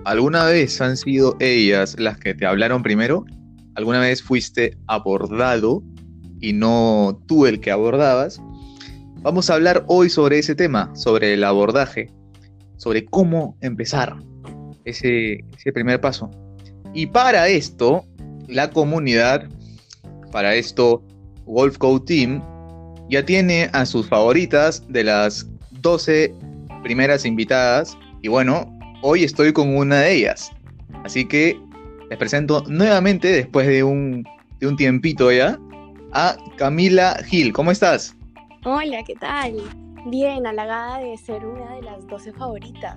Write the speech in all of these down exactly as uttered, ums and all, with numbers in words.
¿alguna vez han sido ellas las que te hablaron primero? ¿Alguna vez fuiste abordado y no tú el que abordabas? Vamos a hablar hoy sobre ese tema, sobre el abordaje, sobre cómo empezar ese, ese primer paso. Y para esto, la comunidad, para esto, Wolf Code Team, ya tiene a sus favoritas de las doce primeras invitadas. Y bueno, hoy estoy con una de ellas. Así que les presento nuevamente, después de un, de un tiempito ya, a Camila Gil. ¿Cómo estás? Hola, ¿qué tal? Bien, halagada de ser una de las doce favoritas.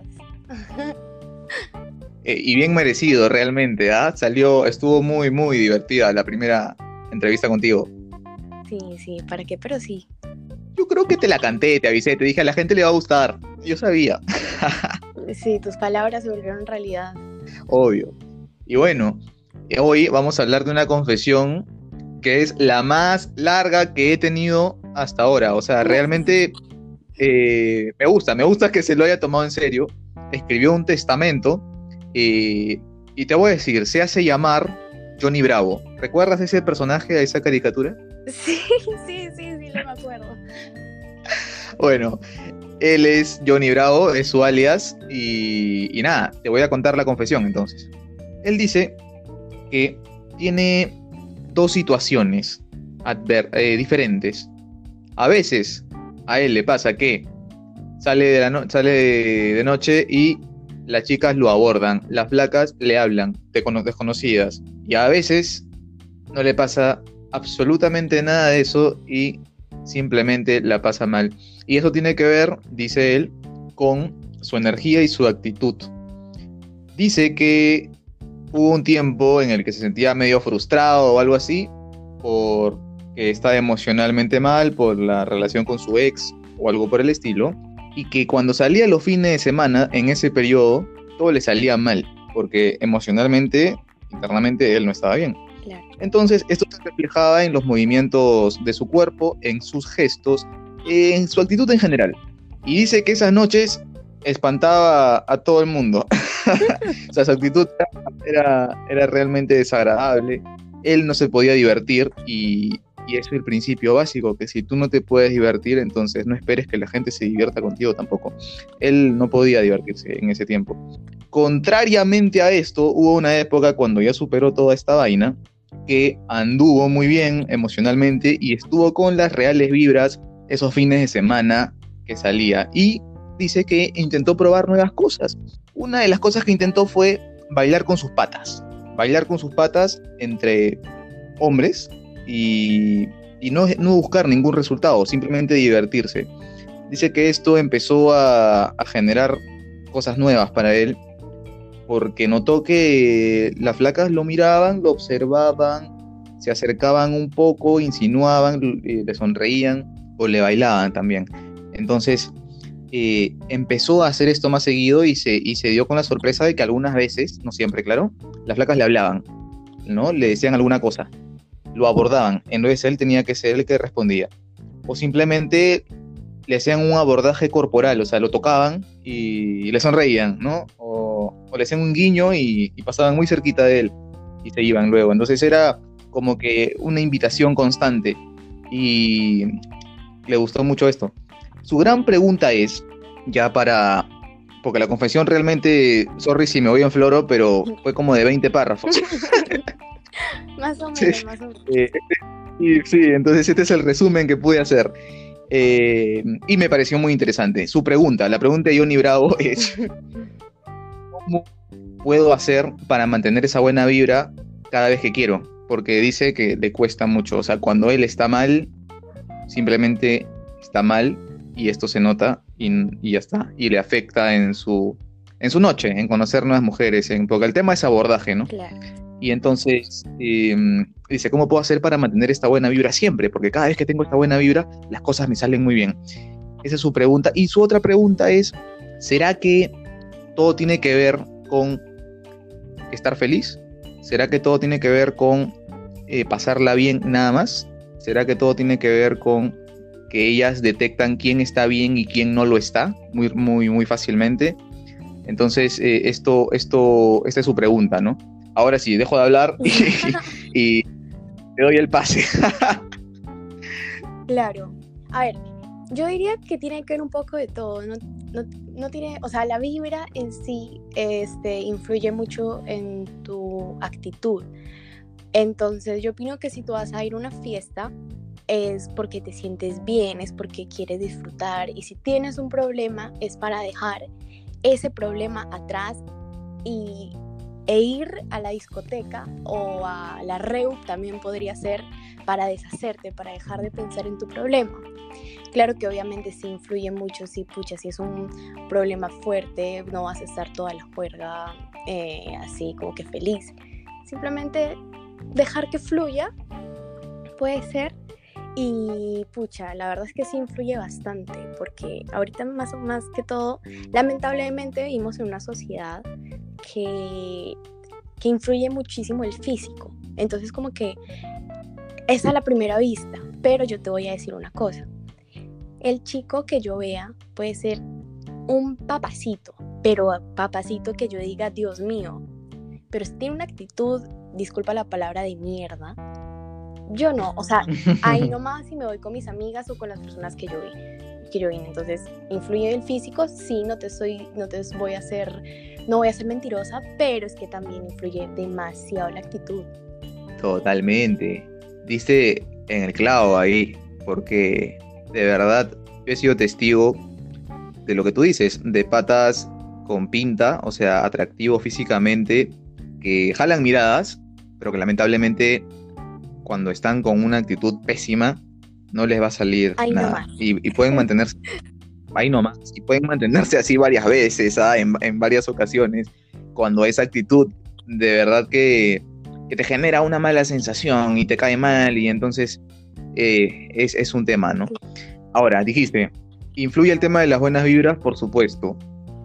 Eh, y bien merecido realmente, ¿ah? Salió, estuvo muy, muy divertida la primera entrevista contigo. Sí, sí, ¿para qué? Pero sí. Yo creo que te la canté, te avisé, te dije, a la gente le va a gustar. Yo sabía. Sí, tus palabras se volvieron realidad. Obvio. Y bueno, hoy vamos a hablar de una confesión que es la más larga que he tenido hasta ahora. O sea, realmente eh, me gusta, me gusta que se lo haya tomado en serio. Escribió un testamento eh, y te voy a decir, se hace llamar Johnny Bravo. ¿Recuerdas ese personaje, a esa caricatura? Sí, sí, sí, sí, lo me acuerdo. Bueno, él es Johnny Bravo, es su alias, y, y nada, te voy a contar la confesión entonces. Él dice que tiene dos situaciones adver- eh, diferentes. A veces a él le pasa que sale de, la no- sale de, de noche y las chicas lo abordan, las flacas le hablan, de cono- desconocidas. Y a veces no le pasa absolutamente nada de eso y simplemente la pasa mal. Y eso tiene que ver, dice él, con su energía y su actitud. Dice que hubo un tiempo en el que se sentía medio frustrado o algo así, porque estaba emocionalmente mal por la relación con su ex o algo por el estilo, y que cuando salía los fines de semana, en ese periodo, todo le salía mal, porque emocionalmente, internamente, él no estaba bien. Claro. Entonces, esto se reflejaba en los movimientos de su cuerpo, en sus gestos, en su actitud en general. Y dice que esas noches espantaba a todo el mundo. O sea, su actitud era, era realmente desagradable. Él no se podía divertir y, y eso es el principio básico, que si tú no te puedes divertir, entonces no esperes que la gente se divierta contigo tampoco. Él no podía divertirse en ese tiempo. Contrariamente a esto, hubo una época cuando ya superó toda esta vaina, que anduvo muy bien emocionalmente y estuvo con las reales vibras esos fines de semana que salía. Y dice que intentó probar nuevas cosas. Una de las cosas que intentó fue bailar con sus patas. Bailar con sus patas entre hombres y, y no, no buscar ningún resultado, simplemente divertirse. Dice que esto empezó a, a generar cosas nuevas para él, porque notó que las flacas lo miraban, lo observaban, se acercaban un poco, insinuaban, eh, le sonreían o le bailaban también. Entonces eh, empezó a hacer esto más seguido y se, y se dio con la sorpresa de que algunas veces, no siempre, claro, las flacas le hablaban, ¿no? Le decían alguna cosa, lo abordaban, entonces él tenía que ser el que respondía. O simplemente le hacían un abordaje corporal, o sea, lo tocaban y, y le sonreían, ¿no? O, o le hacían un guiño y, y pasaban muy cerquita de él y se iban luego. Entonces era como que una invitación constante y le gustó mucho esto. Su gran pregunta es, ya para... porque la confesión realmente, sorry si me voy en floro, pero fue como de veinte párrafos. Más o menos, Sí, más o menos. eh, sí, sí, entonces este es el resumen que pude hacer. Eh, y me pareció muy interesante. Su pregunta, la pregunta de Johnny Bravo es: ¿cómo puedo hacer para mantener esa buena vibra cada vez que quiero? Porque dice que le cuesta mucho. O sea, cuando él está mal, simplemente está mal y esto se nota y, y ya está. Y le afecta en su, en su noche, en conocer nuevas mujeres, en, porque el tema es abordaje, ¿no? Claro. Y entonces eh, dice, ¿cómo puedo hacer para mantener esta buena vibra siempre? Porque cada vez que tengo esta buena vibra, las cosas me salen muy bien. Esa es su pregunta. Y su otra pregunta es, ¿será que todo tiene que ver con estar feliz? ¿Será que todo tiene que ver con eh, pasarla bien nada más? ¿Será que todo tiene que ver con que ellas detectan quién está bien y quién no lo está muy, muy, muy fácilmente? Entonces, eh, esto, esto, esta es su pregunta, ¿no? Ahora sí, dejo de hablar y, y te doy el pase. Claro. A ver, yo diría que tiene que ver un poco de todo. No, no, no tiene, o sea, la vibra en sí este, influye mucho en tu actitud. Entonces, yo opino que si tú vas a ir a una fiesta, es porque te sientes bien, es porque quieres disfrutar. Y si tienes un problema, es para dejar ese problema atrás y, e ir a la discoteca o a la reu también podría ser para deshacerte, para dejar de pensar en tu problema. Claro que obviamente sí influye mucho, si pucha, si es un problema fuerte, no vas a estar toda la juerga eh, así como que feliz. Simplemente dejar que fluya, puede ser. Y pucha, la verdad es que sí influye bastante, porque ahorita más o más que todo, lamentablemente vivimos en una sociedad que, que influye muchísimo el físico. Entonces como que es a la primera vista, pero yo te voy a decir una cosa. El chico que yo vea puede ser un papacito, pero papacito que yo diga, Dios mío, pero si tiene una actitud, disculpa la palabra, de mierda, yo no, o sea, ahí nomás si me voy con mis amigas o con las personas que yo vi, que yo vi. Entonces, ¿influye el físico? Sí, no te soy, no te voy a hacer, no voy a ser mentirosa, pero es que también influye demasiado la actitud. Totalmente. Diste en el clavo ahí, porque de verdad yo he sido testigo de lo que tú dices, de patas con pinta, o sea, atractivo físicamente, que jalan miradas, pero que lamentablemente cuando están con una actitud pésima no les va a salir ahí nada. Y, y pueden mantenerse ahí nomás, y pueden mantenerse así varias veces, ¿ah? en, en varias ocasiones, cuando esa actitud de verdad que, que te genera una mala sensación y te cae mal, y entonces eh, es, es un tema, ¿no? Ahora, dijiste, ¿influye el tema de las buenas vibras? Por supuesto.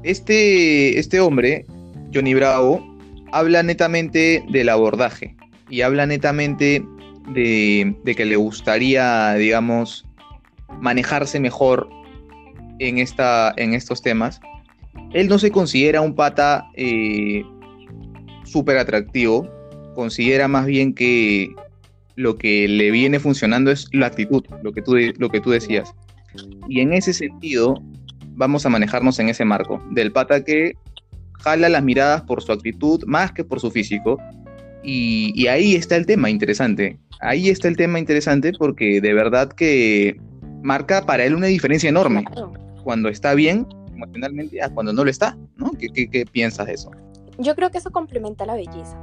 Este, este hombre, Johnny Bravo, habla netamente del abordaje y habla netamente de, de que le gustaría, digamos, manejarse mejor en, esta, en estos temas. Él no se considera un pata eh, súper atractivo, considera más bien que lo que le viene funcionando es la actitud, lo que tú, lo que tú decías. Y en ese sentido, vamos a manejarnos en ese marco, del pata que jala las miradas por su actitud más que por su físico. Y, y ahí está el tema interesante. Ahí está el tema interesante porque de verdad que marca para él una diferencia enorme. Claro. Cuando está bien emocionalmente a cuando no lo está, ¿no? ¿Qué, qué, qué piensas de eso? Yo creo que eso complementa la belleza,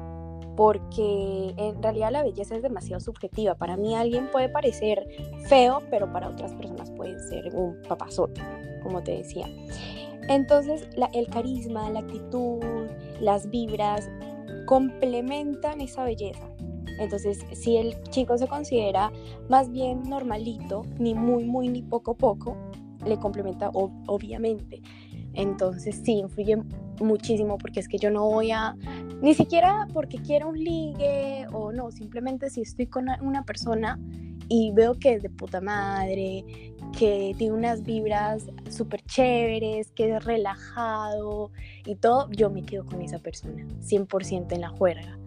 porque en realidad la belleza es demasiado subjetiva. Para mí alguien puede parecer feo, pero para otras personas puede ser un papazote, como te decía. Entonces la, el carisma, la actitud, las vibras complementan esa belleza. Entonces si el chico se considera más bien normalito, ni muy muy ni poco poco, le complementa ob- obviamente. Entonces sí, influye muchísimo, porque es que yo no voy a, ni siquiera porque quiera un ligue o no, simplemente si estoy con una persona y veo que es de puta madre, que tiene unas vibras súper chéveres, que es relajado y todo, yo me quedo con esa persona, cien por ciento en la juerga.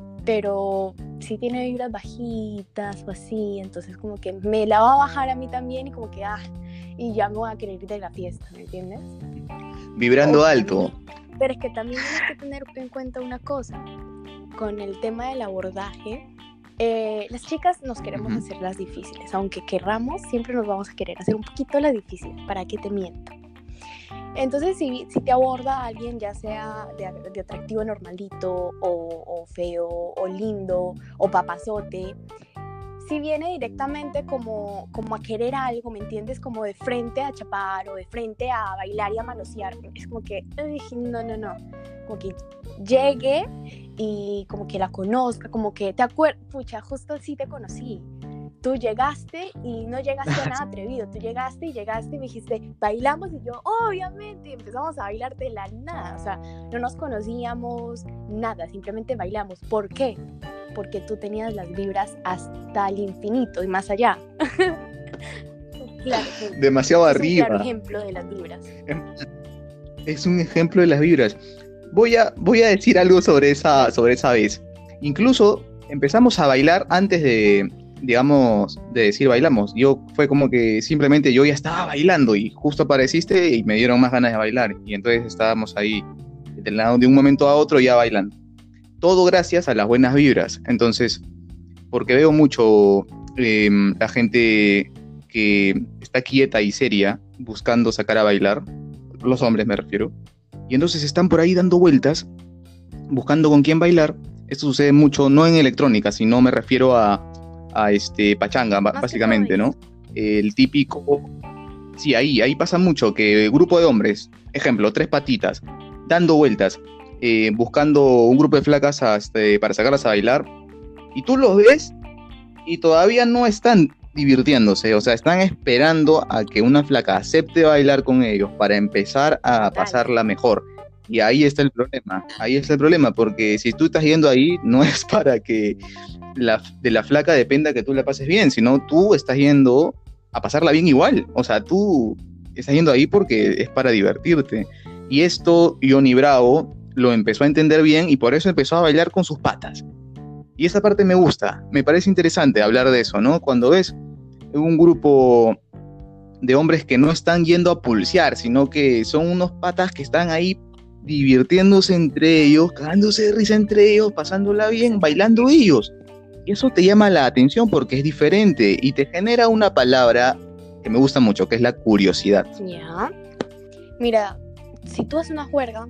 Pero si tiene vibras bajitas o así, entonces como que me la va a bajar a mí también y como que, ah, y ya me voy a querer ir de la fiesta, ¿me entiendes? Vibrando O, alto. Pero es que también tienes que tener en cuenta una cosa, con el tema del abordaje, eh, las chicas nos queremos uh-huh. hacer las difíciles, aunque querramos, siempre nos vamos a querer hacer un poquito las difíciles, para que te miento. Entonces, si, si te aborda alguien, ya sea de, de atractivo normalito, o, o feo, o lindo, o papazote, si viene directamente como, como a querer algo, ¿me entiendes? Como de frente a chapar, o de frente a bailar y a manosear, es como que, uy, no, no, no, como que llegue y como que la conozca, como que te acuerdas, pucha, justo así te conocí. Tú llegaste y no llegaste a nada atrevido, tú llegaste y llegaste y me dijiste, bailamos, y yo, obviamente, y empezamos a bailar de la nada, o sea, no nos conocíamos, nada, simplemente bailamos. ¿Por qué? Porque tú tenías las vibras hasta el infinito y más allá. Claro, demasiado es arriba. Un claro ejemplo de las vibras. es un ejemplo de las vibras. Voy a, voy a decir algo sobre esa, sobre esa vez. Incluso empezamos a bailar antes de, digamos, de decir bailamos. Yo fue como que simplemente yo ya estaba bailando y justo apareciste y me dieron más ganas de bailar. Y entonces estábamos ahí de, la- de un momento a otro ya bailando. Todo gracias a las buenas vibras. Entonces, porque veo mucho eh, la gente que está quieta y seria buscando sacar a bailar, los hombres me refiero, y entonces están por ahí dando vueltas, buscando con quién bailar. Esto sucede mucho, no en electrónica, sino me refiero a, a este, pachanga, ba- Más que todo básicamente, eso. ¿no? El típico, sí, ahí, ahí pasa mucho, que grupo de hombres, ejemplo, tres patitas, dando vueltas, eh, buscando un grupo de flacas a, este, para sacarlas a bailar, y tú los ves y todavía no están divirtiéndose, o sea, están esperando a que una flaca acepte bailar con ellos para empezar a Total. pasarla mejor. Y ahí está el problema, ahí está el problema, porque si tú estás yendo ahí, no es para que la, de la flaca dependa que tú la pases bien, sino tú estás yendo a pasarla bien igual, o sea, tú estás yendo ahí porque es para divertirte. Y esto Johnny Bravo lo empezó a entender bien y por eso empezó a bailar con sus patas. Y esa parte me gusta, me parece interesante hablar de eso, ¿no? Cuando ves un grupo de hombres que no están yendo a pulsear, sino que son unos patas que están ahí divirtiéndose entre ellos, cagándose de risa entre ellos, pasándola bien, bailando ellos. Y eso te llama la atención porque es diferente y te genera una palabra que me gusta mucho, que es la curiosidad. Ya. Mira, si tú haces una juerga,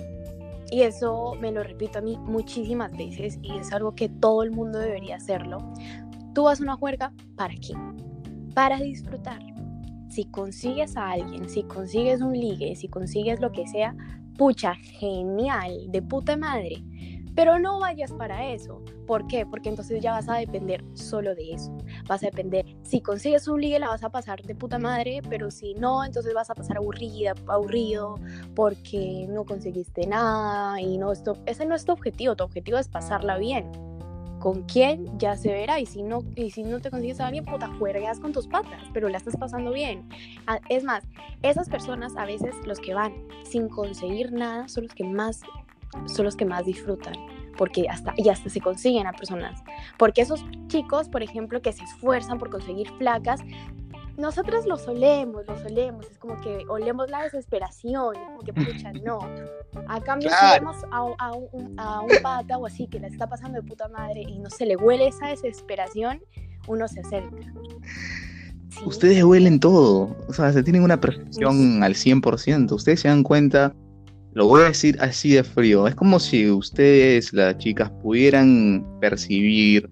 y eso me lo repito a mí muchísimas veces, y es algo que todo el mundo debería hacerlo, tú haces una juerga, ¿para qué? Para disfrutar. Si consigues a alguien, si consigues un ligue, si consigues lo que sea, pucha, genial, de puta madre. Pero no vayas para eso. ¿Por qué? Porque entonces ya vas a depender solo de eso. Vas a depender, si consigues un ligue la vas a pasar de puta madre, pero si no, entonces vas a pasar aburrida, aburrido, porque no conseguiste nada y no, esto, ese no es tu objetivo, tu objetivo es pasarla bien. ¿Con quién? Ya se verá, y si no, y si no te consigues a alguien, puta, juegas con tus patas, pero la estás pasando bien. Ah, es más, esas personas a veces, los que van sin conseguir nada, son los que más, son los que más disfrutan, porque hasta, y hasta se consiguen a personas. Porque esos chicos, por ejemplo, que se esfuerzan por conseguir flacas, nosotros los olemos, los olemos, es como que olemos la desesperación, es como que pucha, no. A cambio, si Claro. vemos a, a un, a un pata o así que la está pasando de puta madre y no se le huele esa desesperación, uno se acerca. Sí. Ustedes huelen todo, o sea, se tienen una percepción al cien por ciento. Ustedes se dan cuenta, lo voy a decir así de frío, es como si ustedes, las chicas, pudieran percibir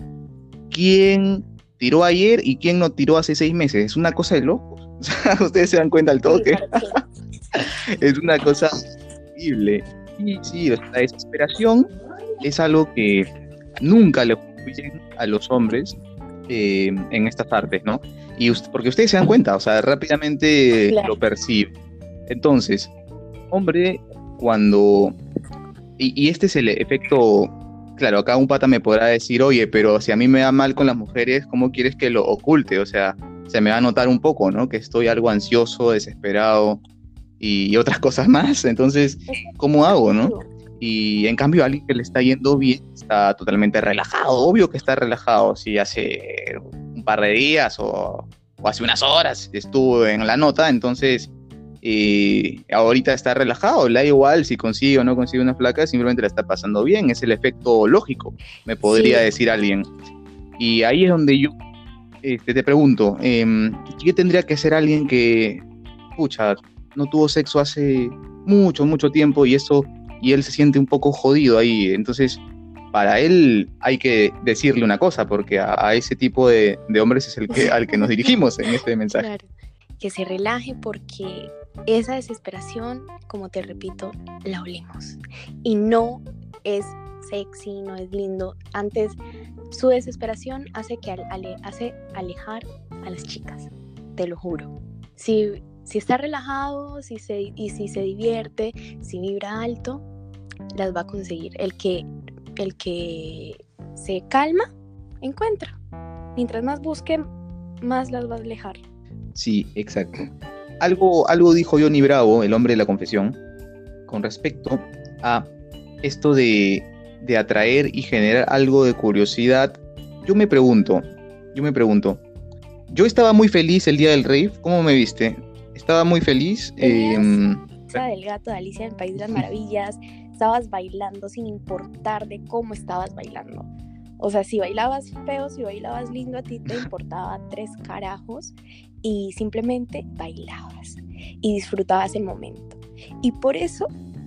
quién tiró ayer y quién no tiró hace seis meses. Es una cosa de locos. O sea, ustedes se dan cuenta al Sí, toque. claro, sí. Es una cosa increíble. Y sí, o sea, la desesperación es algo que nunca le fluyen a los hombres eh, en estas artes, ¿no? Y ust- porque ustedes se dan cuenta, o sea, rápidamente Claro. lo perciben. Entonces, hombre, cuando... Y, y este es el efecto... Claro, acá un pata me podrá decir, oye, pero si a mí me da mal con las mujeres, ¿cómo quieres que lo oculte? O sea, se me va a notar un poco, ¿no? Que estoy algo ansioso, desesperado y otras cosas más. Entonces, ¿cómo hago, no? Y en cambio, alguien que le está yendo bien está totalmente relajado. Obvio que está relajado. Si hace un par de días o, o hace unas horas estuvo en la nota, entonces eh, ahorita está relajado. Le da igual si consigue o no consigue una flaca, simplemente la está pasando bien. Es el efecto lógico, me podría Sí. decir alguien. Y ahí es donde yo este, te pregunto, eh, ¿qué tendría que ser alguien que, pucha, no tuvo sexo hace mucho, mucho tiempo y eso, y él se siente un poco jodido ahí? Entonces, para él hay que decirle una cosa, porque a, a ese tipo de, de hombres es el que, al que nos dirigimos en este mensaje. Claro, que se relaje porque esa desesperación, como te repito, la olemos. Y no es sexy, no es lindo. Antes, su desesperación hace, que ale, hace alejar a las chicas, te lo juro. Si, si está relajado si se, y si se divierte, si vibra alto, las va a conseguir. El que, el que se calma, encuentra. Mientras más busque, más las va a alejar. Sí, exacto. Algo, algo dijo Johnny Bravo, el hombre de la confesión, con respecto a esto de, de atraer y generar algo de curiosidad, yo me pregunto, yo me pregunto, yo estaba muy feliz el día del rave, ¿cómo me viste? Estaba muy feliz. Eh, Tenías esa del gato de Alicia en el País de las Maravillas, estabas bailando sin importar de cómo estabas bailando. O sea, si bailabas feo, si bailabas lindo, a ti te importaba tres carajos y simplemente bailabas y disfrutabas el momento. Y por eso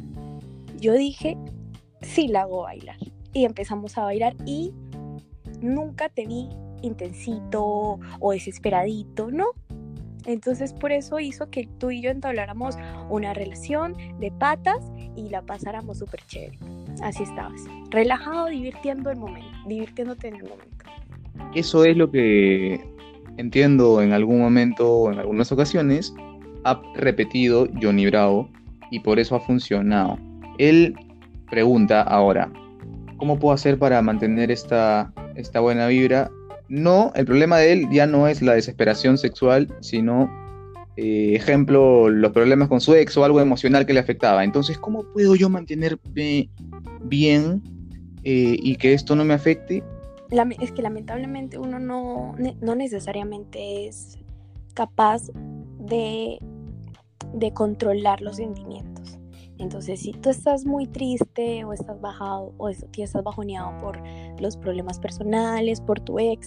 yo dije, sí la hago bailar. Y empezamos a bailar y nunca te vi intensito o desesperadito, ¿no? Entonces por eso hizo que tú y yo entabláramos una relación de patas y la pasáramos súper chévere. Así estabas, relajado, divirtiendo el momento, divirtiéndote en el momento. Eso es lo que entiendo en algún momento o en algunas ocasiones ha repetido Johnny Bravo y por eso ha funcionado. Él pregunta ahora, ¿cómo puedo hacer para mantener esta, esta buena vibra? No, el problema de él ya no es la desesperación sexual, sino, eh, ejemplo, los problemas con su ex o algo emocional que le afectaba. Entonces, ¿cómo puedo yo mantenerme bien eh, y que esto no me afecte? La, es que lamentablemente uno no, no necesariamente es capaz de, de controlar los sentimientos. Entonces, si tú estás muy triste o estás bajado o estás bajoneado por los problemas personales, por tu ex,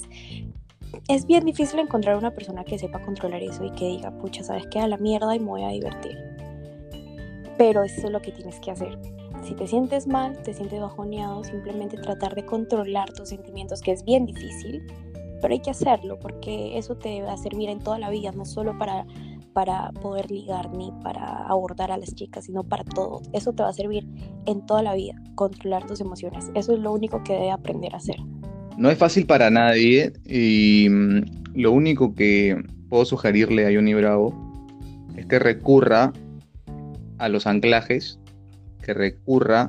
es bien difícil encontrar una persona que sepa controlar eso y que diga, pucha, ¿sabes qué? A la mierda y me voy a divertir. Pero eso es lo que tienes que hacer. Si te sientes mal, te sientes bajoneado, simplemente tratar de controlar tus sentimientos, que es bien difícil, pero hay que hacerlo porque eso te va a servir en toda la vida, no solo para... para poder ligar ni para abordar a las chicas, sino para todo. Eso te va a servir en toda la vida, controlar tus emociones. Eso es lo único que debe aprender a hacer. No es fácil para nadie y mm, lo único que puedo sugerirle a Johnny Bravo es que recurra a los anclajes, que recurra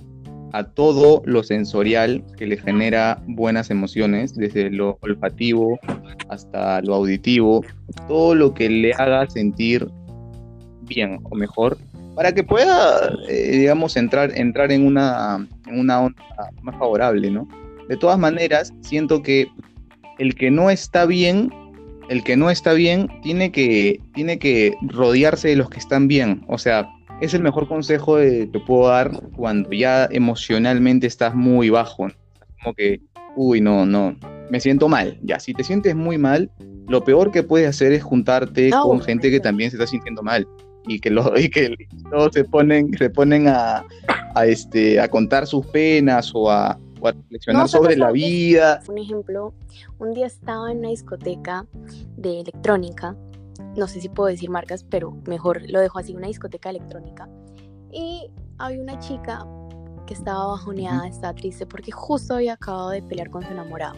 a todo lo sensorial que le genera buenas emociones, desde lo olfativo hasta lo auditivo, todo lo que le haga sentir bien o mejor, para que pueda, eh, digamos, entrar, entrar en una, en una onda más favorable, ¿no? De todas maneras, siento que el que no está bien, el que no está bien, tiene que, tiene que rodearse de los que están bien, o sea, es el mejor consejo de, que puedo dar cuando ya emocionalmente estás muy bajo, ¿no? Como que, uy, no, no, me siento mal. Ya, si te sientes muy mal, lo peor que puedes hacer es juntarte No, con gente que también se está sintiendo mal y que, lo, y que todos se ponen, se ponen a, a, este, a contar sus penas o a, o a reflexionar no, sobre la vida. Un ejemplo, un día estaba en una discoteca de electrónica, no sé si puedo decir marcas, pero mejor lo dejo así, una discoteca electrónica, y había una chica que estaba bajoneada, estaba triste porque justo había acabado de pelear con su enamorado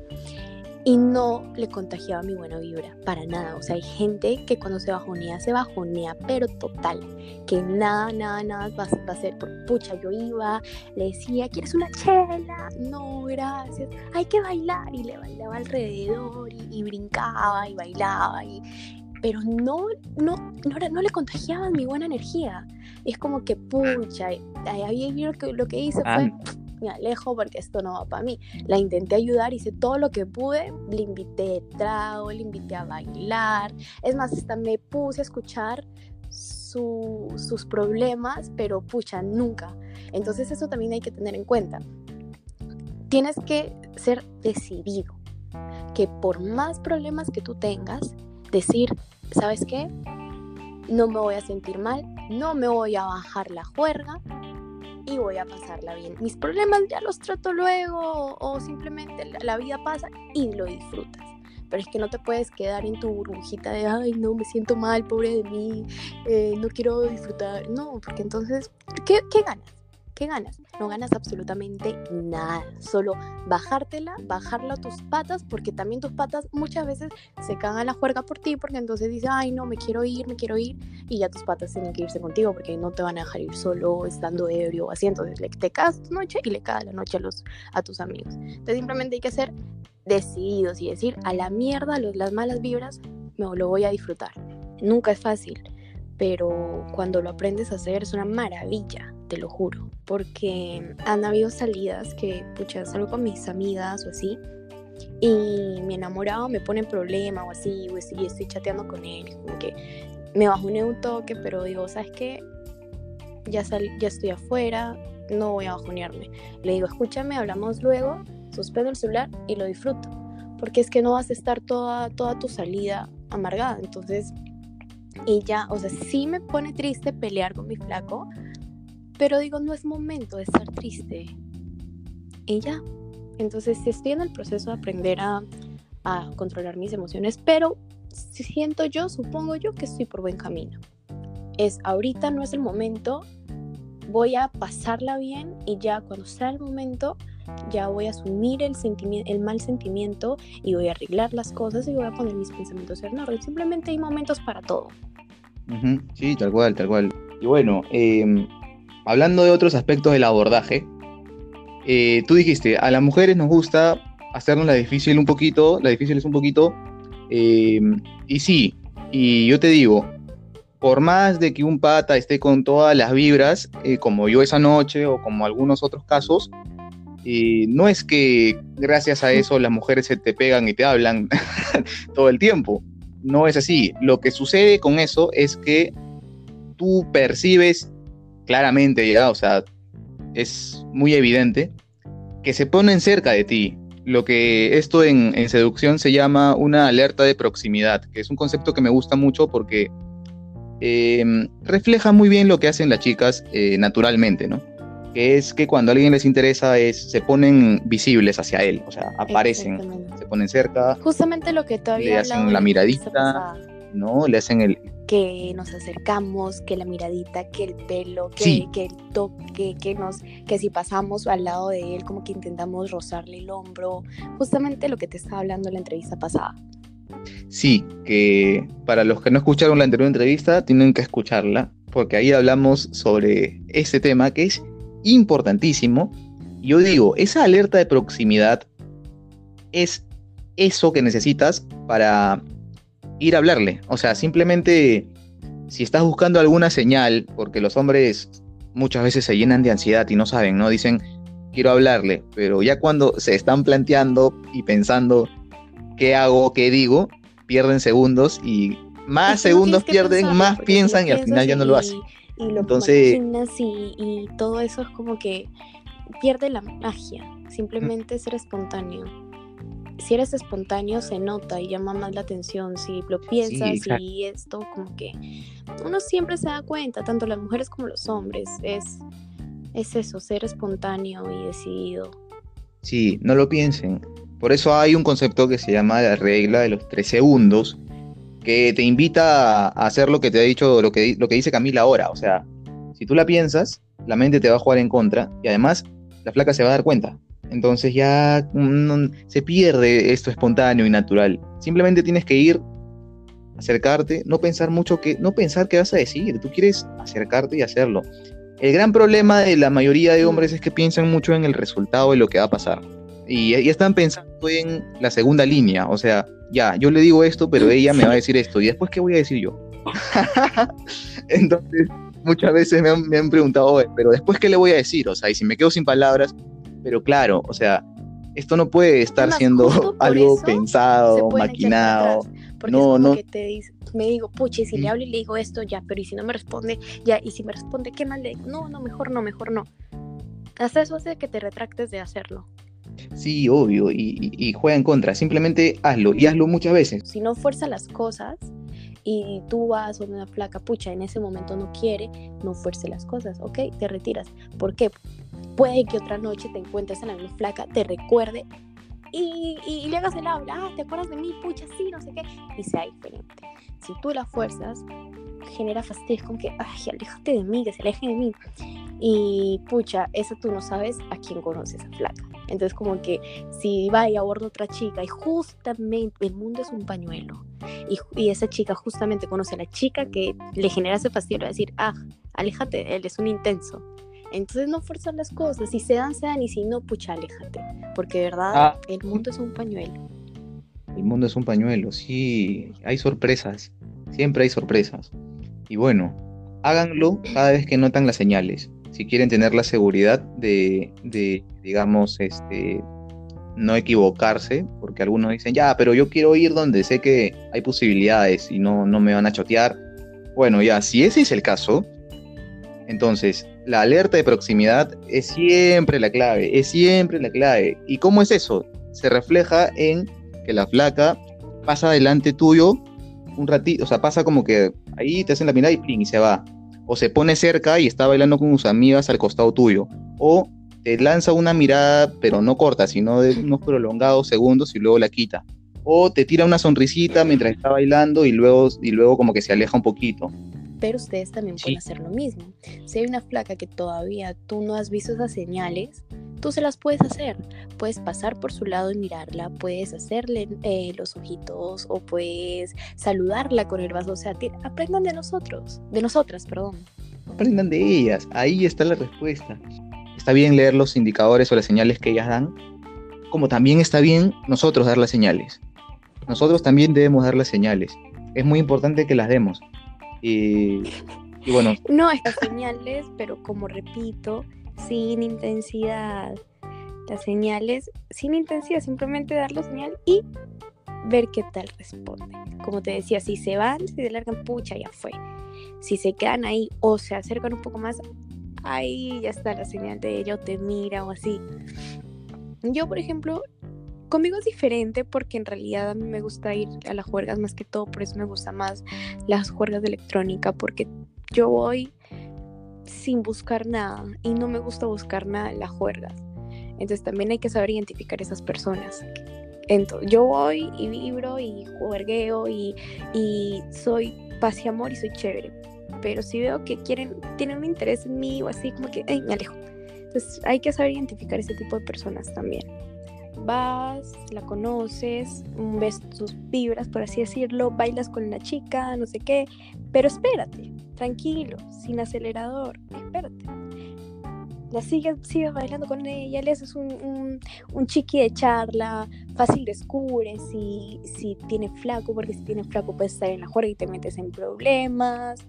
y no le contagiaba mi buena vibra, para nada. O sea, hay gente que cuando se bajonea, se bajonea, pero total, que nada, nada, nada va, va a ser por pucha. Yo iba, le decía, ¿quieres una chela? No, gracias, hay que bailar, y le bailaba alrededor y, y brincaba y bailaba y... pero no, no, no, no le contagiaban mi buena energía. Es como que, pucha, ahí lo que, lo que hice fue, me alejo porque esto no va para mí. La intenté ayudar, hice todo lo que pude, le invité de trago, le invité a bailar. Es más, hasta me puse a escuchar su, sus problemas, pero pucha, nunca. Entonces eso también hay que tener en cuenta. Tienes que ser decidido, que por más problemas que tú tengas, decir, ¿sabes qué? No me voy a sentir mal, no me voy a bajar la juerga y voy a pasarla bien. Mis problemas ya los trato luego, o simplemente la vida pasa y lo disfrutas. Pero es que no te puedes quedar en tu burbujita de, ay, no, me siento mal, pobre de mí, eh, no quiero disfrutar. No, porque entonces, ¿qué, qué ganas? ¿Qué ganas? No ganas absolutamente nada, solo bajártela, bajarla a tus patas, porque también tus patas muchas veces se cagan la juerga por ti, porque entonces dices, ay no, me quiero ir, me quiero ir, y ya tus patas tienen que irse contigo, porque no te van a dejar ir solo, estando ebrio o así. Entonces le, te cagas tu noche y le cagas la noche a, los, a tus amigos. Entonces simplemente hay que ser decididos y decir, a la mierda los, las malas vibras, me lo voy a disfrutar. Nunca es fácil, pero cuando lo aprendes a hacer es una maravilla, te lo juro, porque han habido salidas que, pucha, salgo con mis amigas o así, y mi enamorado me pone en problema o así, o estoy, estoy chateando con él, como que me bajoné un toque, pero digo, ¿sabes qué? Ya, sal, ya estoy afuera, no voy a bajonearme. Le digo, escúchame, hablamos luego, suspendo el celular y lo disfruto, porque es que no vas a estar toda, toda tu salida amargada. Entonces, y ya, o sea, sí me pone triste pelear con mi flaco, pero digo, no es momento de estar triste. Y ya, entonces estoy en el proceso de aprender a, a controlar mis emociones, pero siento yo, supongo yo que estoy por buen camino. Es, ahorita no es el momento, voy a pasarla bien y ya cuando sea el momento, ya voy a asumir el, sentimi- el mal sentimiento y voy a arreglar las cosas y voy a poner mis pensamientos en orden. Simplemente hay momentos para todo. Uh-huh. Sí, tal cual, tal cual. Y bueno, eh, hablando de otros aspectos del abordaje, eh, tú dijiste, a las mujeres nos gusta hacernos la difícil un poquito, la difícil es un poquito, eh, y sí, y yo te digo, por más de que un pata esté con todas las vibras, eh, como yo esa noche o como algunos otros casos, eh, no es que gracias a eso las mujeres se te pegan y te hablan todo el tiempo. No es así. Lo que sucede con eso es que tú percibes claramente, ya, o sea, es muy evidente que se ponen cerca de ti. Lo que esto en, en seducción se llama una alerta de proximidad, que es un concepto que me gusta mucho porque eh, refleja muy bien lo que hacen las chicas eh, naturalmente, ¿no? Que es que cuando a alguien les interesa es, se ponen visibles hacia él, o sea, aparecen, se ponen cerca, justamente lo que te había le hablado hacen la la miradita, ¿no? Le hacen el... que nos acercamos, que la miradita, que el pelo, que, sí. que el toque, que nos, que si pasamos al lado de él, como que intentamos rozarle el hombro, justamente lo que te estaba hablando en la entrevista pasada. Sí, que para los que no escucharon la anterior entrevista, tienen que escucharla, porque ahí hablamos sobre ese tema que es importantísimo. Yo digo, esa alerta de proximidad es eso que necesitas para ir a hablarle. O sea, simplemente si estás buscando alguna señal, porque los hombres muchas veces se llenan de ansiedad y no saben, ¿no? Dicen, quiero hablarle, pero ya cuando se están planteando y pensando qué hago, qué digo, pierden segundos y más segundos no pierden, pensarlo, más piensan si y al final ya no lo hacen. Y lo Entonces, imaginas y, y todo eso es como que pierde la magia, simplemente ser espontáneo. Si eres espontáneo se nota y llama más la atención, si lo piensas sí, y esto como que uno siempre se da cuenta, tanto las mujeres como los hombres, es, es eso, ser espontáneo y decidido. Sí, no lo piensen. Por eso hay un concepto que se llama la regla de los tres segundos, que te invita a hacer lo que te ha dicho, lo que, lo que dice Camila ahora. O sea, si tú la piensas, la mente te va a jugar en contra y además la flaca se va a dar cuenta. Entonces ya no, se pierde esto espontáneo y natural. Simplemente tienes que ir, acercarte, no pensar mucho, que, no pensar qué vas a decir. Tú quieres acercarte y hacerlo. El gran problema de la mayoría de hombres es que piensan mucho en el resultado de lo que va a pasar. Y ya están pensando en la segunda línea. O sea, ya, yo le digo esto, pero ella me va a decir esto. ¿Y después qué voy a decir yo? Entonces, muchas veces me han, me han preguntado, pero ¿después qué le voy a decir? O sea, y si me quedo sin palabras, pero claro, o sea, esto no puede estar Además, siendo algo pensado, maquinado. Porque no, es como no. que te dice, me digo, pucha, y si ¿Mm? le hablo y le digo esto, ya, pero y si no me responde, ya, y si me responde, ¿qué más le digo? No, no, mejor no, mejor no. Hasta eso hace que te retractes de hacerlo. Sí, obvio, y, y, y juega en contra. Simplemente hazlo, y hazlo muchas veces. Si no fuerza las cosas y tú vas a una flaca, pucha, en ese momento no quiere, no fuerce las cosas, ¿ok? Te retiras. ¿Por qué? Puede que otra noche te encuentres en la misma flaca, te recuerde y, y, y le hagas el habla, ah, ¿te acuerdas de mí? Pucha, sí, no sé qué, y sea diferente. Si tú la fuerzas, genera fastidio, con que, ay, aléjate de mí, que se aleje de mí. Y pucha, eso tú no sabes a quién conoces a flaca. Entonces como que si va y aborda otra chica y justamente el mundo es un pañuelo y, y esa chica justamente conoce a la chica que le genera ese fastidio, va a decir, ah, aléjate de él, es un intenso. Entonces no forzar las cosas, si se dan, se dan, y si no, pucha, aléjate, porque de verdad ah, el mundo es un pañuelo. El mundo es un pañuelo, sí, hay sorpresas, siempre hay sorpresas. Y bueno, háganlo cada vez que notan las señales. Si quieren tener la seguridad de, de digamos, este, no equivocarse, porque algunos dicen, ya, pero yo quiero ir donde sé que hay posibilidades y no, no me van a chotear. Bueno, ya, si ese es el caso, entonces la alerta de proximidad es siempre la clave, es siempre la clave. ¿Y cómo es eso? Se refleja en que la flaca pasa delante tuyo un ratito, o sea, pasa como que ahí te hacen la mirada y plin, y se va. O se pone cerca y está bailando con sus amigas al costado tuyo. O te lanza una mirada, pero no corta, sino de unos prolongados segundos y luego la quita. O te tira una sonrisita mientras está bailando y luego, y luego como que se aleja un poquito. Pero ustedes también Sí. pueden hacer lo mismo. Si hay una flaca que todavía tú no has visto esas señales, tú se las puedes hacer. Puedes pasar por su lado y mirarla, puedes hacerle eh, los ojitos o puedes saludarla con el vaso. O sea, ti- aprendan de nosotros, de nosotras, perdón. Aprendan de ellas, ahí está la respuesta. Está bien leer los indicadores o las señales que ellas dan, como también está bien nosotros dar las señales. Nosotros también debemos dar las señales. Es muy importante que las demos. Y, y bueno, No estas señales, pero como repito, sin intensidad. Las señales sin intensidad, simplemente dar la señal y ver qué tal responden. Como te decía, si se van, si se largan, pucha, ya fue. Si se quedan ahí o se acercan un poco más, ahí ya está la señal de ella o te mira o así. Yo, por ejemplo, conmigo es diferente porque en realidad a mí me gusta ir a las juergas más que todo, por eso me gusta más las juergas de electrónica, porque yo voy sin buscar nada y no me gusta buscar nada en las juergas. Entonces también hay que saber identificar esas personas. Entonces, yo voy y vibro y juergueo y, y soy paz y amor y soy chévere. Pero si veo que quieren, tienen un interés en mí o así, como que ¡ay, me alejo! Entonces hay que saber identificar ese tipo de personas también. Vas, la conoces, ves sus vibras, por así decirlo, bailas con la chica, no sé qué, pero espérate, tranquilo, sin acelerador, espérate. La sigues, sigues bailando con ella, le haces un, un, un chiqui de charla, fácil descubres si, si tiene flaco, porque si tiene flaco puedes estar en la juerga y te metes en problemas.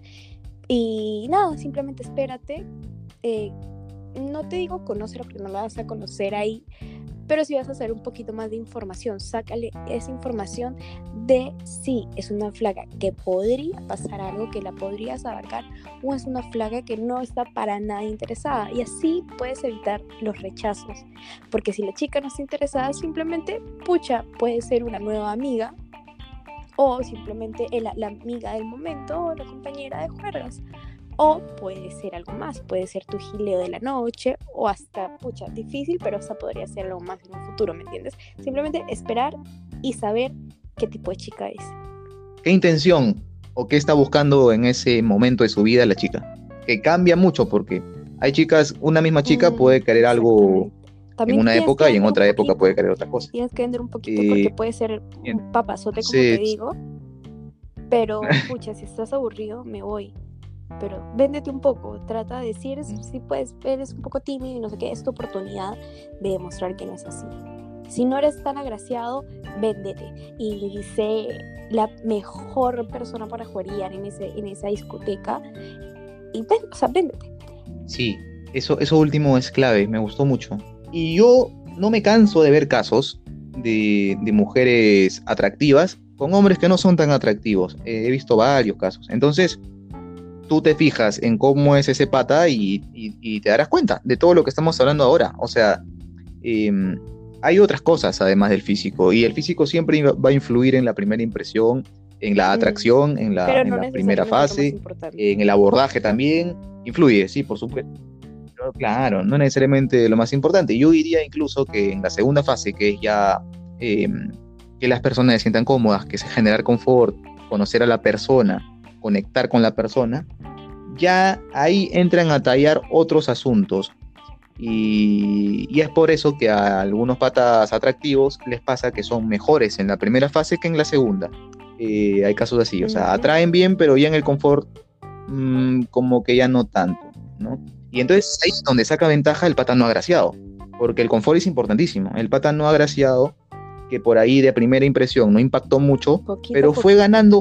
Y nada, simplemente espérate. Eh, no te digo conócelo porque no la vas a conocer ahí, pero si vas a hacer un poquito más de información, sácale esa información de si es una flaca que podría pasar algo, que la podrías abarcar, o es una flaca que no está para nada interesada, y así puedes evitar los rechazos, porque si la chica no está interesada, simplemente, pucha, puede ser una nueva amiga, o simplemente el, la amiga del momento, o la compañera de juergas. O puede ser algo más, puede ser tu gileo de la noche, o hasta, pucha, difícil, pero hasta podría ser algo más en un futuro, ¿me entiendes? Simplemente esperar y saber qué tipo de chica es. ¿qué intención o qué está buscando en ese momento de su vida la chica? Que cambia mucho porque hay chicas, una misma chica Mm, puede querer algo También en una tienes que época y en vender otra un época poquito, puede querer otra cosa. tienes que vender un poquito Eh, porque puede ser un papazote, como te entonces, digo, pero, pucha, si estás aburrido, me voy. Pero véndete un poco, trata de decir si puedes, eres un poco tímido y no sé qué, es tu oportunidad de demostrar que no es así. Si no eres tan agraciado, véndete y sé la mejor persona para jueguear en, ese, en esa discoteca y ven, o sea, véndete. sí, eso, eso último es clave, me gustó mucho. Y yo no me canso de ver casos de, de mujeres atractivas con hombres que no son tan atractivos. Eh, he visto varios casos. Entonces, tú te fijas en cómo es ese pata y, y, y te darás cuenta de todo lo que estamos hablando ahora. O sea, eh, hay otras cosas además del físico, y el físico siempre va a influir en la primera impresión, en la atracción, mm. en la, Pero en no la primera fase, en el abordaje también, influye, sí, por supuesto. Pero claro, no necesariamente lo más importante. Yo diría incluso que en la segunda fase, que es ya eh, que las personas se sientan cómodas, que es generar confort, conocer a la persona, conectar con la persona, ya ahí entran a tallar otros asuntos. Y, y es por eso que a algunos patas atractivos les pasa que son mejores en la primera fase que en la segunda. Eh, hay casos así, o sea, atraen bien, pero ya en el confort mmm, como que ya no tanto, ¿no? Y entonces ahí es donde saca ventaja el pata no agraciado, porque el confort es importantísimo. El pata no agraciado, que por ahí de primera impresión no impactó mucho, poquito, pero poquito. fue ganando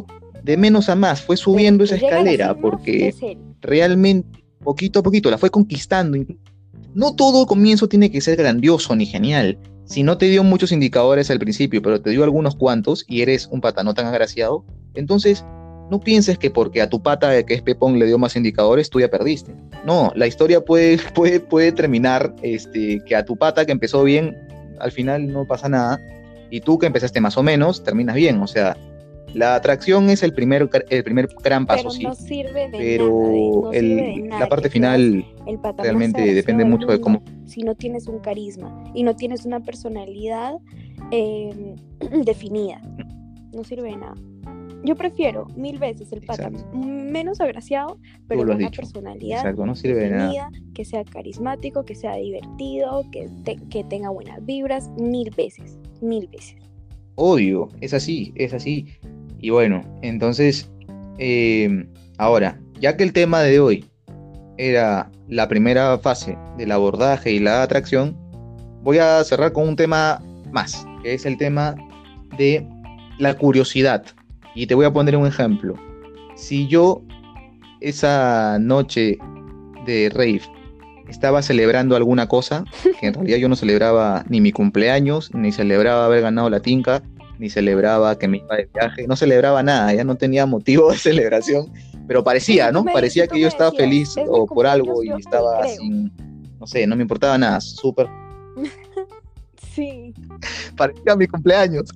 de menos a más, fue subiendo esa escalera, porque realmente, poquito a poquito, la fue conquistando. No todo comienzo tiene que ser grandioso ni genial. Si no te dio muchos indicadores al principio, pero te dio algunos cuantos y eres un pata no tan agraciado, entonces no pienses que porque a tu pata que es Pepón le dio más indicadores, tú ya perdiste. No, la historia puede, puede, puede terminar este, que a tu pata que empezó bien, al final no pasa nada, y tú que empezaste más o menos, terminas bien. O sea, la atracción es el primer, el primer gran paso, pero no sí, sirve de pero nada, de, no el, sirve de nada la parte que final el pata realmente más depende del mucho de cómo... Si no tienes un carisma y no tienes una personalidad eh, definida, no sirve de nada. Yo prefiero mil veces el pata Exacto. menos agraciado, pero con una personalidad Exacto, no sirve definida, de nada. Que sea carismático, que sea divertido, que, te, que tenga buenas vibras, mil veces, mil veces. Obvio, es así, es así. Y bueno, entonces, eh, ahora, ya que el tema de hoy era la primera fase del abordaje y la atracción, voy a cerrar con un tema más, que es el tema de la curiosidad. Y te voy a poner un ejemplo. Si yo esa noche de rave estaba celebrando alguna cosa, que en realidad yo no celebraba ni mi cumpleaños, ni celebraba haber ganado la tinca, ni celebraba que me iba de viaje, no celebraba nada, ya no tenía motivo de celebración, pero parecía, ¿no? Parecía si que yo estaba decías, feliz o por algo y estaba sin, no sé, no me importaba nada, súper... Sí. Parecía mi cumpleaños.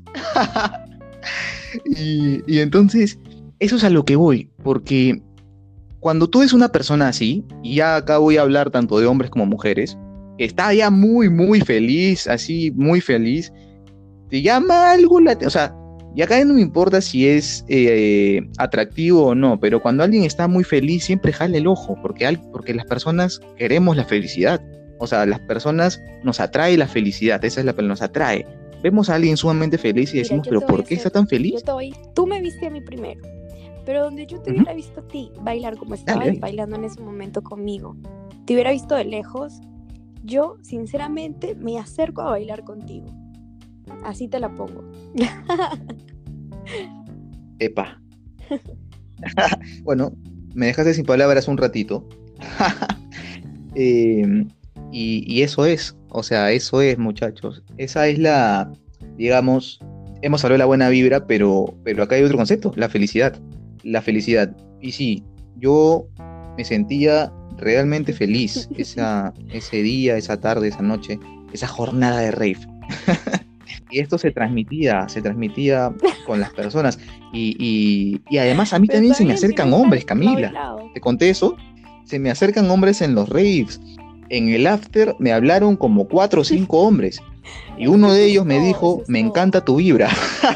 y, y entonces, eso es a lo que voy, porque cuando tú eres una persona así, y ya acá voy a hablar tanto de hombres como mujeres, está ya muy, muy feliz, así, muy feliz, te llama algo, la, o sea, y acá no me importa si es eh, atractivo o no, pero cuando alguien está muy feliz, siempre jala el ojo, porque, porque las personas queremos la felicidad, o sea, las personas nos atrae la felicidad, esa es la que nos atrae. Vemos a alguien sumamente feliz y Mira, decimos, pero ¿por qué está tan feliz? Yo te voy, tú me viste a mí primero. Pero donde yo te hubiera uh-huh. visto a ti bailar como estabas Dale. bailando en ese momento conmigo, te hubiera visto de lejos, yo sinceramente me acerco a bailar contigo. Así te la pongo. Epa. Bueno, me dejaste sin palabras un ratito. eh, y, y eso es, o sea, eso es, muchachos. Esa es la, digamos, hemos hablado de la buena vibra, pero, pero acá hay otro concepto, la felicidad. La felicidad. Y sí, yo me sentía realmente feliz esa, ese día, esa tarde, esa noche, esa jornada de rave. Y esto se transmitía, se transmitía con las personas. Y, y, y además a mí Pero también se me acercan hombres, Camila. ¿Te conté eso? Se me acercan hombres en los raves. En el after me hablaron como cuatro o cinco hombres. Y uno de ellos me dijo, me encanta tu vibra.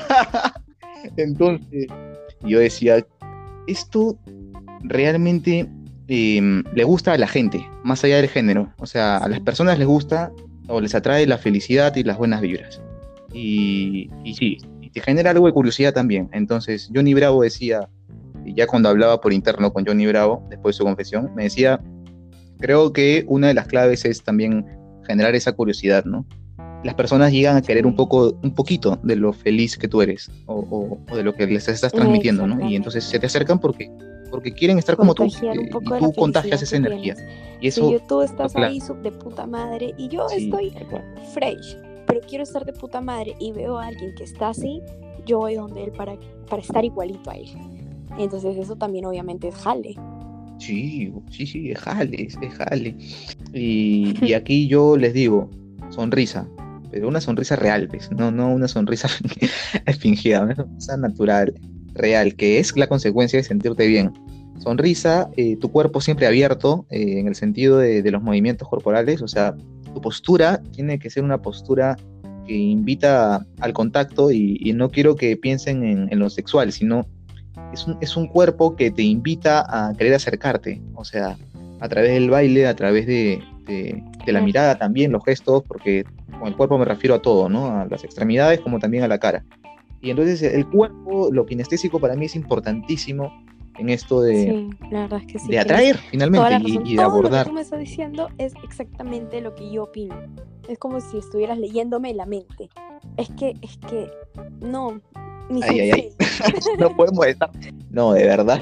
Entonces, yo decía, esto realmente eh, le gusta a la gente, más allá del género. O sea, a las personas les gusta o les atrae la felicidad y las buenas vibras. Y, y sí, y te genera algo de curiosidad también. Entonces, Johnny Bravo decía, y ya cuando hablaba por interno con Johnny Bravo, después de su confesión, me decía, creo que una de las claves es también generar esa curiosidad, ¿no? Las personas llegan a querer un poco, un poquito de lo feliz que tú eres, o, o, o de lo que les estás transmitiendo, ¿no? Y entonces se te acercan porque, porque quieren estar como tú, eh, y tú contagias esa energía. Y eso, si yo, tú estás no, ahí de puta madre, y yo sí, estoy fresh, pero quiero estar de puta madre, y veo a alguien que está así, yo voy donde él para, para estar igualito a él. Entonces eso también obviamente es jale. Sí, sí, sí, es jale, es jale. Y, y aquí yo les digo, sonrisa. Pero una sonrisa real, ¿ves? No, no una sonrisa fingida, una sonrisa natural, real, que es la consecuencia de sentirte bien. Sonrisa, eh, tu cuerpo siempre abierto, eh, en el sentido de, de los movimientos corporales, o sea, tu postura tiene que ser una postura que invita al contacto y, y no quiero que piensen en, en lo sexual, sino es un, es un cuerpo que te invita a querer acercarte, o sea, a través del baile, a través de, de, de la mirada también, los gestos, porque con el cuerpo me refiero a todo, ¿no? A las extremidades como también a la cara. Y entonces el cuerpo, lo kinestésico para mí es importantísimo en esto de, sí, la verdad es que sí, de atraer finalmente y, y de todo abordar. Lo que tú me estás diciendo es exactamente lo que yo opino. Es como si estuvieras leyéndome la mente. Es que, es que, no, ni ay, ay, ay. no podemos estar, No, de verdad.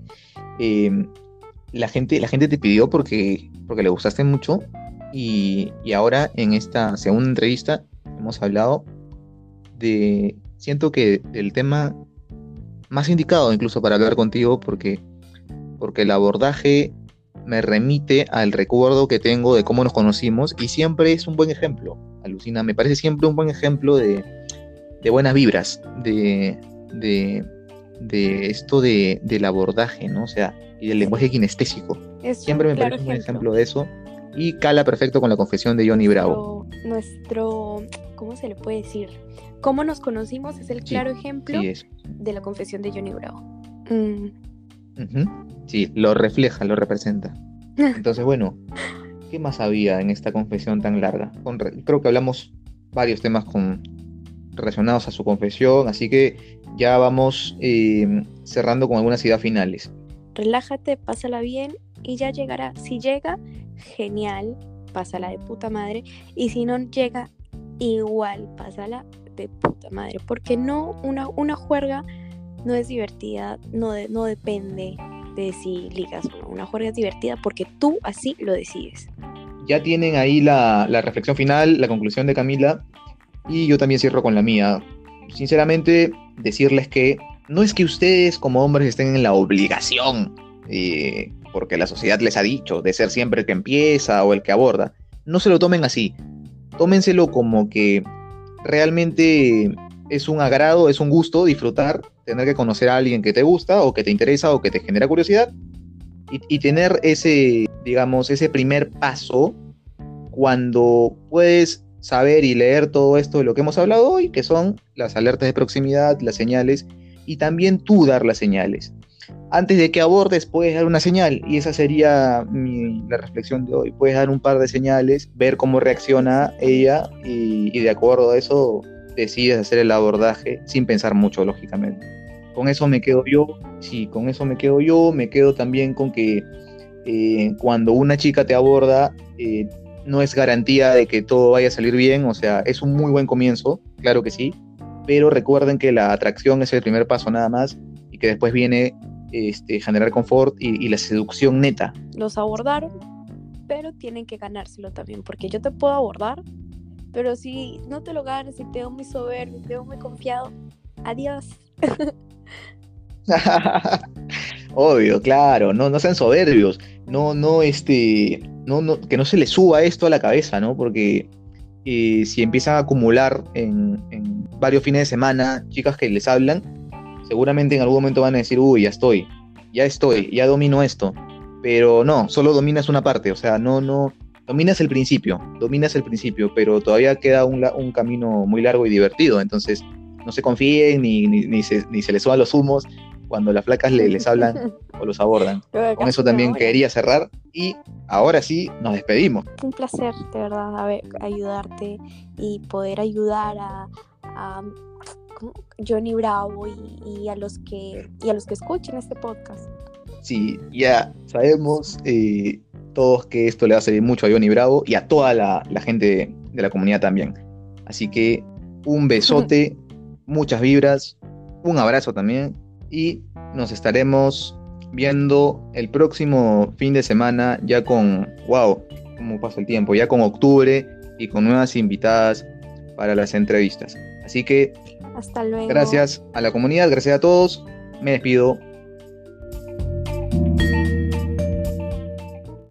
eh, la gente, la gente te pidió porque, porque le gustaste mucho y, y ahora en esta segunda entrevista hemos hablado de, siento que del tema más indicado incluso para hablar contigo porque, porque el abordaje me remite al recuerdo que tengo de cómo nos conocimos y siempre es un buen ejemplo, alucina, me parece siempre un buen ejemplo de, de buenas vibras, de, de, de esto de, del abordaje, ¿no? O sea, y del lenguaje kinestésico. Es Siempre un me claro parece un buen ejemplo. ejemplo de eso y cala perfecto con la confesión de Johnny Bravo. Nuestro, nuestro, ¿cómo se le puede decir? Cómo nos conocimos es el Sí, claro ejemplo sí es. de la confesión de Johnny Bravo. Mm. Ujú. Sí, lo refleja, lo representa. Entonces, bueno, ¿qué más había en esta confesión tan larga? Con re- creo que hablamos varios temas con, relacionados a su confesión, así que ya vamos eh, cerrando con algunas ideas finales. Relájate, pásala bien y ya llegará. Si llega, genial, pásala de puta madre. Y si no llega, igual, pásala de puta madre. Porque no, una, una juerga no es divertida, no, de, no depende de si ligas o no. Una juerga es divertida porque tú así lo decides. Ya tienen ahí la, la reflexión final, la conclusión de Camila, y yo también cierro con la mía. Sinceramente, decirles que no es que ustedes como hombres estén en la obligación, eh, porque la sociedad les ha dicho, de ser siempre el que empieza o el que aborda. No se lo tomen así. Tómenselo como que realmente es un agrado, es un gusto disfrutar, tener que conocer a alguien que te gusta o que te interesa o que te genera curiosidad y, y tener ese, digamos, ese primer paso cuando puedes saber y leer todo esto de lo que hemos hablado hoy, que son las alertas de proximidad, las señales, y también tú dar las señales. Antes de que abordes, puedes dar una señal, y esa sería mi, la reflexión de hoy. Puedes dar un par de señales, ver cómo reacciona ella, y, y de acuerdo a eso, decides hacer el abordaje sin pensar mucho, lógicamente. Con eso me quedo yo, sí, con eso me quedo yo, me quedo también con que eh, cuando una chica te aborda, eh, no es garantía de que todo vaya a salir bien, o sea, es un muy buen comienzo, claro que sí, pero recuerden que la atracción es el primer paso nada más y que después viene este, generar confort y, y la seducción neta. Los abordaron, pero tienen que ganárselo también, porque yo te puedo abordar, pero si no te lo ganas y te veo muy soberbio, te veo muy confiado, adiós. Obvio, claro, no, no sean soberbios, no, no, este, no, no, que no se les suba esto a la cabeza, ¿no? Porque eh, si empiezan a acumular en, en varios fines de semana chicas que les hablan, seguramente en algún momento van a decir, uy, ya estoy, ya estoy, ya domino esto. Pero no, solo dominas una parte, o sea, no, no, dominas el principio, dominas el principio, pero todavía queda un, la- un camino muy largo y divertido, entonces no se confíen ni, ni, ni se, ni se les suban los humos cuando las flacas le- les hablan o los abordan. Con eso también quería cerrar y ahora sí nos despedimos. Un placer, de verdad, a ver, ayudarte y poder ayudar a, a ¿cómo? Johnny Bravo y, y a los que y a los que escuchen este podcast. Sí, ya sabemos eh, todos que esto le va a servir mucho a Johnny Bravo y a toda la, la gente de, de la comunidad también. Así que un besote, muchas vibras, un abrazo también y nos estaremos viendo el próximo fin de semana ya con, wow, cómo pasa el tiempo, ya con octubre y con nuevas invitadas para las entrevistas. Así que hasta luego. Gracias a la comunidad, gracias a todos, me despido.